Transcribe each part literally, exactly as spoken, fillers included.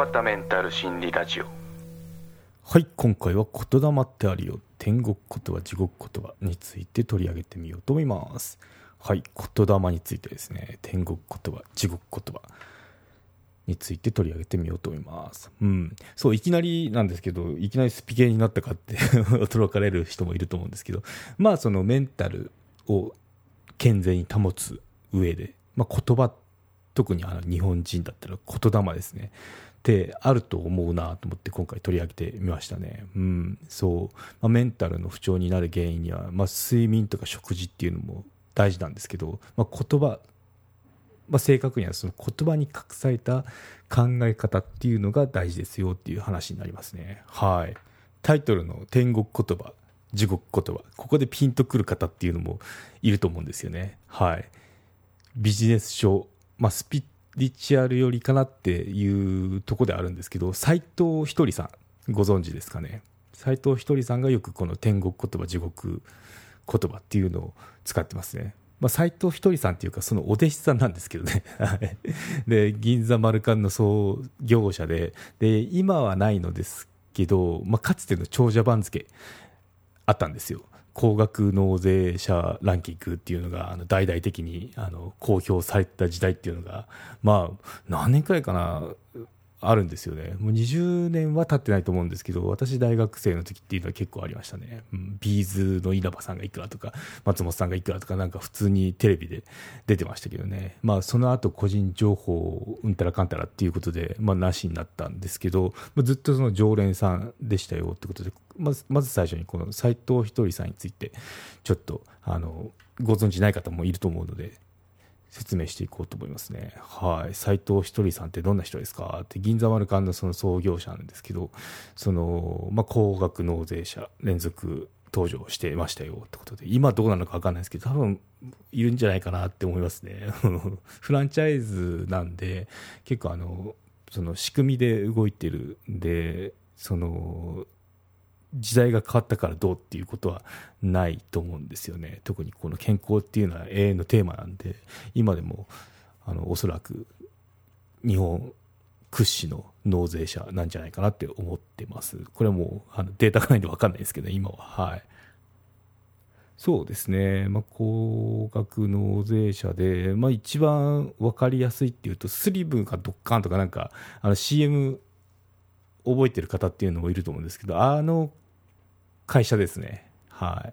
霊メンタル心理ラジオ。 はい、今回は言霊ってあるよ、天国言葉地獄言葉について取り上げてみようと思います。はい、言霊についてですね、天国言葉地獄言葉について取り上げてみようと思います。うん、そういきなりなんですけど、いきなりスピ系になったかって驚かれる人もいると思うんですけど、まあそのメンタルを健全に保つ上で、まあ、言葉、特にあの日本人だったら言霊ですねってあると思うなと思って今回取り上げてみましたね。うん、そう、まあ、メンタルの不調になる原因には、まあ、睡眠とか食事っていうのも大事なんですけど、まあ、言葉、まあ、正確にはその言葉に隠された考え方っていうのが大事ですよっていう話になりますね。はい。タイトルの天国言葉地獄言葉、ここでピンとくる方っていうのもいると思うんですよね。はい。ビジネス書、まあ、スピリチュアル寄りかなっていうところであるんですけど、斉藤ひとりさんご存知ですかね。斉藤ひとりさんがよくこの天国言葉地獄言葉っていうのを使ってますね。まあ、斉藤ひとりさんっていうかそのお弟子さんなんですけどねで銀座マルカンの創業者で、で今はないのですけど、まあ、かつての長者番付あったんですよ。高額納税者ランキングっていうのがあの大々的にあの公表された時代っていうのが、まあ何年くらいかなあるんですよね。もうにじゅうねんは経ってないと思うんですけど、私大学生の時っていうのは結構ありましたね。うん、ビーズの稲葉さんがいくらとか松本さんがいくらとか、なんか普通にテレビで出てましたけどね。まあその後個人情報うんたらかんたらっていうことで、まあ、なしになったんですけど、まあ、ずっとその常連さんでしたよってことで、まずまず最初にこの斉藤ひとりさんについてちょっとあのご存じない方もいると思うので説明していこうと思いますね。はい。斉藤ひとりさんってどんな人ですかって、銀座マルカンのその創業者なんですけど、その、まあ、高額納税者連続登場してましたよってことで、今どうなのか分かんないですけど、多分いるんじゃないかなって思いますね。フランチャイズなんで、結構あの、その仕組みで動いてるんで、その、時代が変わったからどうっていうことはないと思うんですよね。特にこの健康っていうのは永遠のテーマなんで、今でもあのおそらく日本屈指の納税者なんじゃないかなって思ってます。これはもうあのデータがないんで分かんないですけど、今は。はい。そうですね、まあ、高額納税者で、まあ、一番分かりやすいっていうと、スリムかドッカンとかなんかあの シーエム 覚えてる方っていうのもいると思うんですけど、あの会社ですね。はい。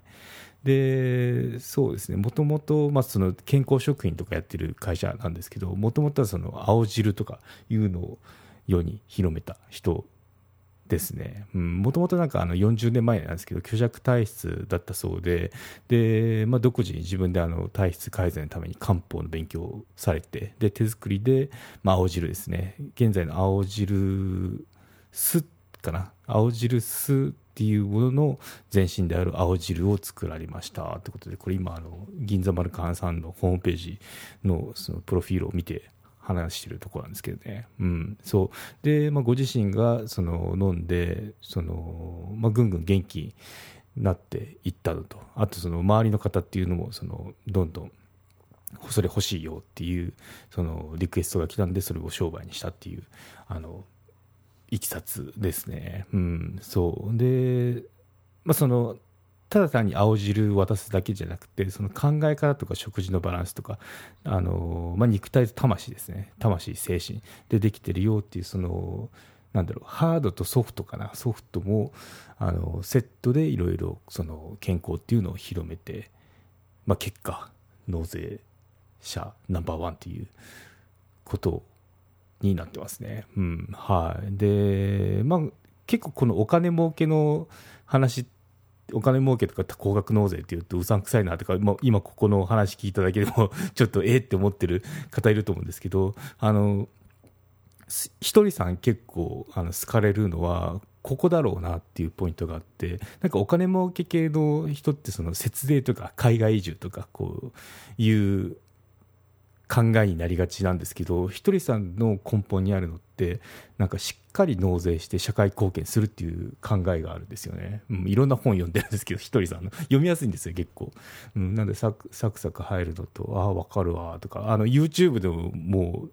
で、そうですね。もともと、まあ、その健康食品とかやってる会社なんですけど、もともとはその青汁とかいうのを世に広めた人ですね。もともとなんかあのよんじゅうねんまえなんですけど、虚弱体質だったそうで、で、まあ、独自に自分であの体質改善のために漢方の勉強をされて、で、手作りで、まあ、青汁ですね。現在の青汁酢かな。青汁酢っていうものの前身である青汁を作られましたということで、これ今あの銀座マルカンさんのホームページのそのプロフィールを見て話しているところなんですけどね。うん、そうで、まあ、ご自身がその飲んでその、まあ、ぐんぐん元気になっていったのと、あとその周りの方っていうのもそのどんどんそれ欲しいよっていうそのリクエストが来たんで、それを商売にしたっていうあのいきさつですね。うん、そうで、まあ、そのただ単に青汁渡すだけじゃなくて、その考え方とか食事のバランスとか、あの、まあ、肉体と魂ですね。魂、精神でできてるよっていう、そのなんだろう、ハードとソフトかな、ソフトもあのセットでいろいろその健康っていうのを広めて、まあ、結果納税者ナンバーワンっていうことをになってますね。うん、はい。で、まあ結構このお金儲けの話、お金儲けとか高額納税っていうとうさんくさいなとか、まあ、今ここの話聞いただけでもちょっとえーって思ってる方いると思うんですけど、あのひとりさん結構あの好かれるのはここだろうなっていうポイントがあって、なんかお金儲け系の人ってその節税とか海外移住とかこういう考えになりがちなんですけど、ひとりさんの根本にあるのってなんかしっかり納税して社会貢献するっていう考えがあるんですよね。うん、いろんな本読んでるんですけど、ひとりさんの読みやすいんですよ結構。うん、なんでサクサクサク入るのと、ああ分かるわとか、あの YouTube でももう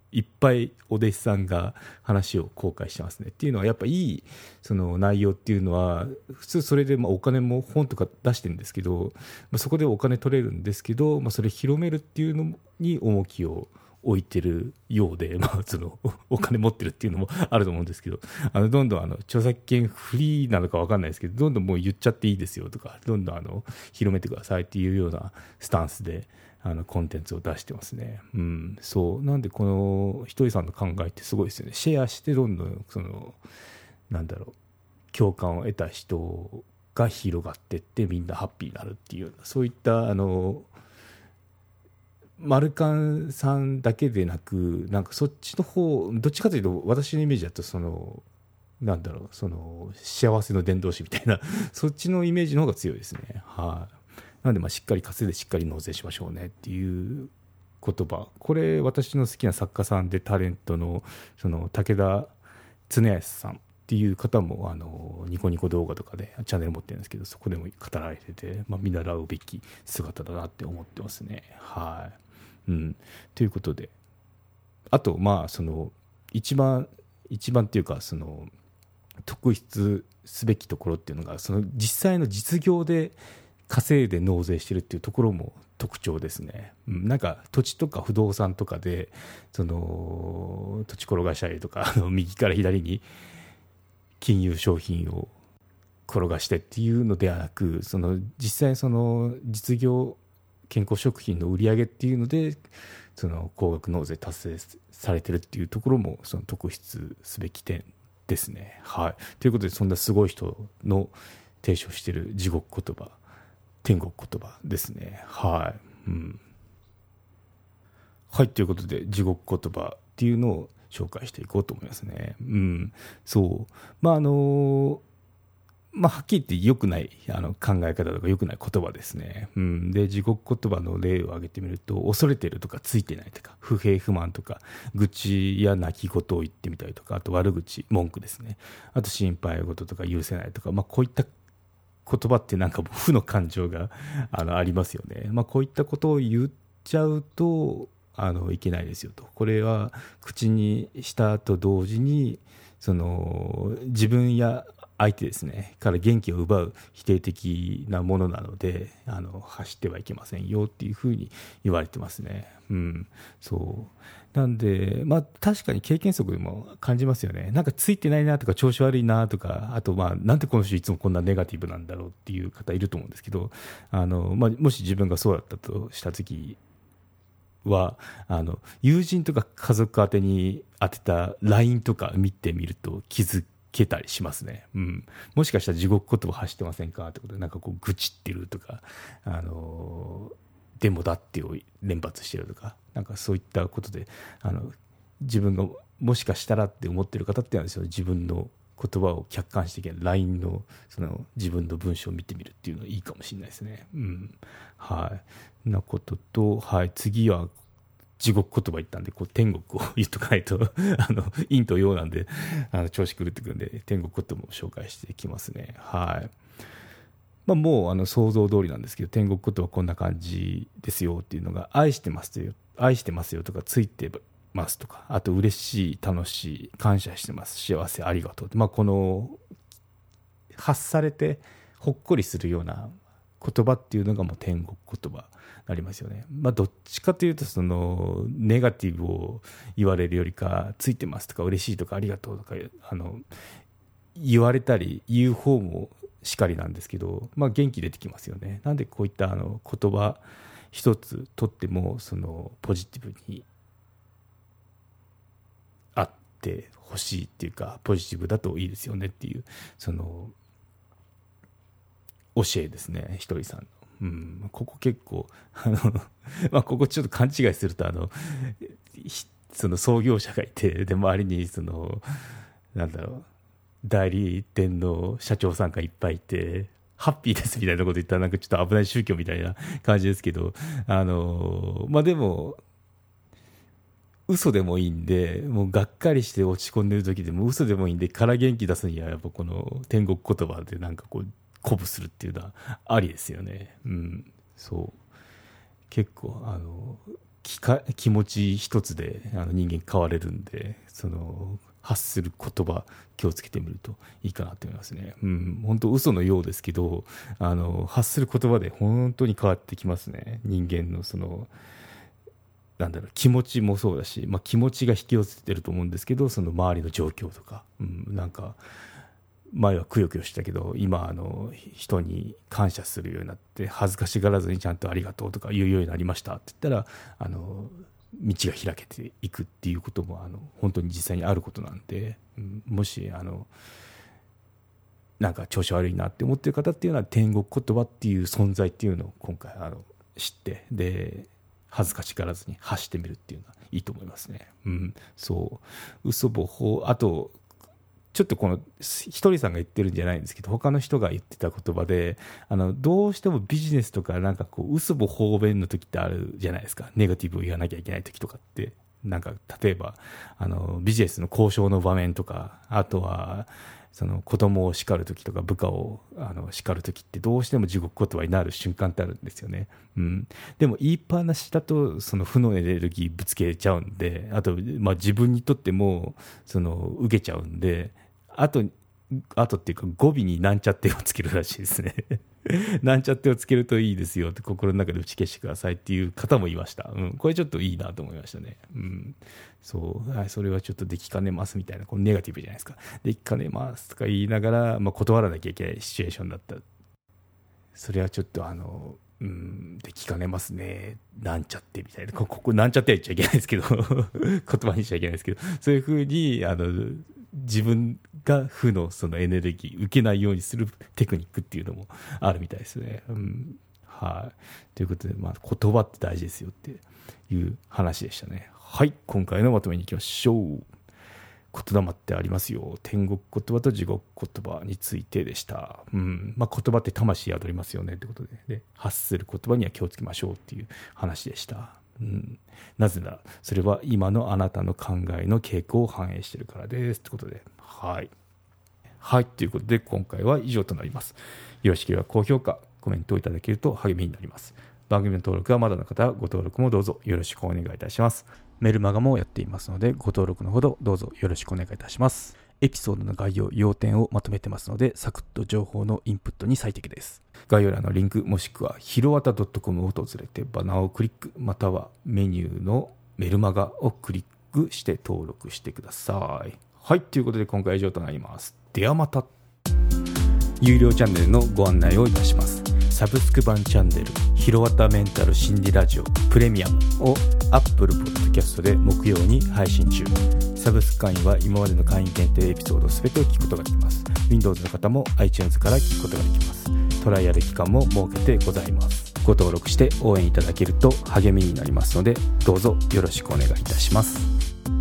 いっぱいお弟子さんが話を公開してますねっていうのはやっぱいいその内容っていうのは普通それでまあお金も本とか出してるんですけど、まあ、そこでお金取れるんですけど、まあ、それ広めるっていうのに重きを置いてるようで、まあ、そのお金持ってるっていうのもあると思うんですけど、あのどんどんあの著作権フリーなのか分かんないですけど、どんどんもう言っちゃっていいですよとか、どんどんあの広めてくださいっていうようなスタンスであのコンテンツを出してますね。うん、そうなんでこのひとりさんの考えってすごいですよね。シェアしてどんどんそのなんだろう共感を得た人が広がっていってみんなハッピーになるっていうようなそういったあのマルカンさんだけでなくなんかそっちの方どっちかというと私のイメージだとそのなんだろうその幸せの伝道師みたいなそっちのイメージの方が強いですね。はい。なのでまあしっかり稼いでしっかり納税しましょうねっていう言葉、これ私の好きな作家さんでタレントのその武田恒康さんっていう方もあのニコニコ動画とかでチャンネル持ってるんですけど、そこでも語られてて、まあ、見習うべき姿だなって思ってますね。はい、うん、ということであとまあその一番一番っていうかその特筆すべきところっていうのがその実際の実業で稼いで納税してるっていうところも特徴ですね。うん、なんか土地とか不動産とかでその土地転がしたりとかあの右から左に金融商品を転がしてっていうのではなく、その実際その実業健康食品の売り上げっていうのでその高額納税達成されてるっていうところもその特筆すべき点ですね。はい。ということでそんなすごい人の提唱している地獄言葉天国言葉ですね。はい、うん、はいということで地獄言葉っていうのを紹介していこうと思いますね。うん、そうまああのまあはっきり言って良くないあの考え方とか良くない言葉ですね。うん、で地獄言葉の例を挙げてみると恐れてるとかついてないとか不平不満とか愚痴や泣き言を言ってみたりとか、あと悪口文句ですね、あと心配事とか許せないとか、まあこういった言葉ってなんか負の感情が あのありますよね。まあ、こういったことを言っちゃうとあのいけないですよと。これは口にしたと同時にその自分や相手ですねから元気を奪う否定的なものなのであの発してはいけませんよっていうふうに言われてますね。うん、そうなんで、まあ、確かに経験則でも感じますよね。なんかついてないなとか調子悪いなとか、あとまあなんでこの人いつもこんなネガティブなんだろうっていう方いると思うんですけど、あの、まあ、もし自分がそうだったとした時はあの友人とか家族宛てに当てた ライン とか見てみると気づけたりしますね。うん、もしかしたら地獄言葉発してませんかってことでなんかこう愚痴ってるとか、あのでもだってを連発してるとか、なんかそういったことであの自分がもしかしたらって思ってる方っていうのはですよ、自分の言葉を客観視的な ライン の, その自分の文章を見てみるっていうのはいいかもしれないですね。うん、はい。なことと、はい、次は地獄言葉言ったんでこう天国を言っとかないとあの陰と陽なんであの調子狂ってくるんで天国言葉を紹介していきますね。はい。まあ、もうあの想像通りなんですけど、天国言葉こんな感じですよっていうのが愛してますよ愛してますよとかついてますとか、あと嬉しい楽しい感謝してます幸せありがとう、まあ、この発されてほっこりするような言葉っていうのがもう天国言葉になりますよね。まあ、どっちかというとそのネガティブを言われるよりかついてますとか嬉しいとかありがとうとかあの言われたり言う方もしかりなんですけど、まあ、元気出てきますよね。なんでこういったあの言葉一つとってもそのポジティブにあってほしいっていうかポジティブだといいですよねっていうその教えですね、ひとりさんの。うん、ここ結構あの、まあ、ここちょっと勘違いするとあのその創業者がいてで周りにそのなんだろう代理店の社長さんがいっぱいいてハッピーですみたいなこと言ったらなんかちょっと危ない宗教みたいな感じですけど、あのまあでも嘘でもいいんで、もうがっかりして落ち込んでる時でも嘘でもいいんでから元気出すにはやっぱこの天国言葉でなんかこう鼓舞するっていうのはありですよね。うん、そう結構あの気か気持ち一つであの人間変われるんで、その発する言葉気をつけてみるといいかなと思いますね。うん、本当嘘のようですけど、あの発する言葉で本当に変わってきますね。人間のそのなんだろう、気持ちもそうだし、まあ、気持ちが引き寄せてると思うんですけど、その周りの状況とか、うん、なんか前はくよくよしたけど今あの人に感謝するようになって恥ずかしがらずにちゃんとありがとうとか言うようになりましたって言ったらあの道が開けていくっていうこともあの本当に実際にあることなんで、うん、もしあのなんか調子悪いなって思ってる方っていうのは天国言葉っていう存在っていうのを今回あの知ってで恥ずかしがらずに発してみるっていうのはいいと思いますね。うん、そう嘘ぼほあとちょっとこのひとりさんが言ってるんじゃないんですけど他の人が言ってた言葉であのどうしてもビジネスとかなんかこう嘘ぼ方便の時ってあるじゃないですか。ネガティブを言わなきゃいけない時とかってなんか例えばあのビジネスの交渉の場面とかあとはその子供を叱る時とか部下をあの叱る時ってどうしても地獄言葉になる瞬間ってあるんですよね。うん、でも言いっぱなしだとその負のエネルギーぶつけちゃうんであと、まあ、自分にとってもその受けちゃうんであと、あとっていうか語尾になんちゃってをつけるらしいですね。なんちゃってをつけるといいですよって心の中で打ち消してくださいっていう方もいました。うん、これちょっといいなと思いましたね。うん、そう、はい、それはちょっとできかねますみたいな、このネガティブじゃないですか。できかねますとか言いながら、まあ、断らなきゃいけないシチュエーションだった。それはちょっとあの、うん、できかねますね。なんちゃってみたいな。ここ、ここなんちゃっては言っちゃいけないですけど、言葉にしちゃいけないですけど、そういうふうに、あの、自分が負のそのエネルギー受けないようにするテクニックっていうのもあるみたいですね。うん、はい。ということで、まあ、言葉って大事ですよっていう話でしたね。はい。今回のまとめに行きましょう。言霊ってありますよ。天国言葉と地獄言葉についてでした。うん。まあ、言葉って魂宿りますよねってことで、で、発する言葉には気をつけましょうっていう話でした。うん、なぜならそれは今のあなたの考えの傾向を反映しているからですということで、はいはいということで今回は以上となります。よろしければ高評価コメントをいただけると励みになります。番組の登録はまだの方はご登録もどうぞよろしくお願いいたします。メルマガもやっていますのでご登録のほどどうぞよろしくお願いいたします。エピソードの概要、要点をまとめてますのでサクッと情報のインプットに最適です。概要欄のリンクもしくはひろわた .com を訪れてバナーをクリックまたはメニューのメルマガをクリックして登録してください。はいということで今回は以上となります。ではまた。有料チャンネルのご案内をいたします。サブスク版チャンネルひろわたメンタル心理ラジオプレミアムを Apple Podcast で木曜に配信中。サブスク会員は今までの会員限定エピソードすべてを聞くことができます。 Windows の方も iTunes から聞くことができます。トライアル期間も設けてございます。ご登録して応援いただけると励みになりますのでどうぞよろしくお願いいたします。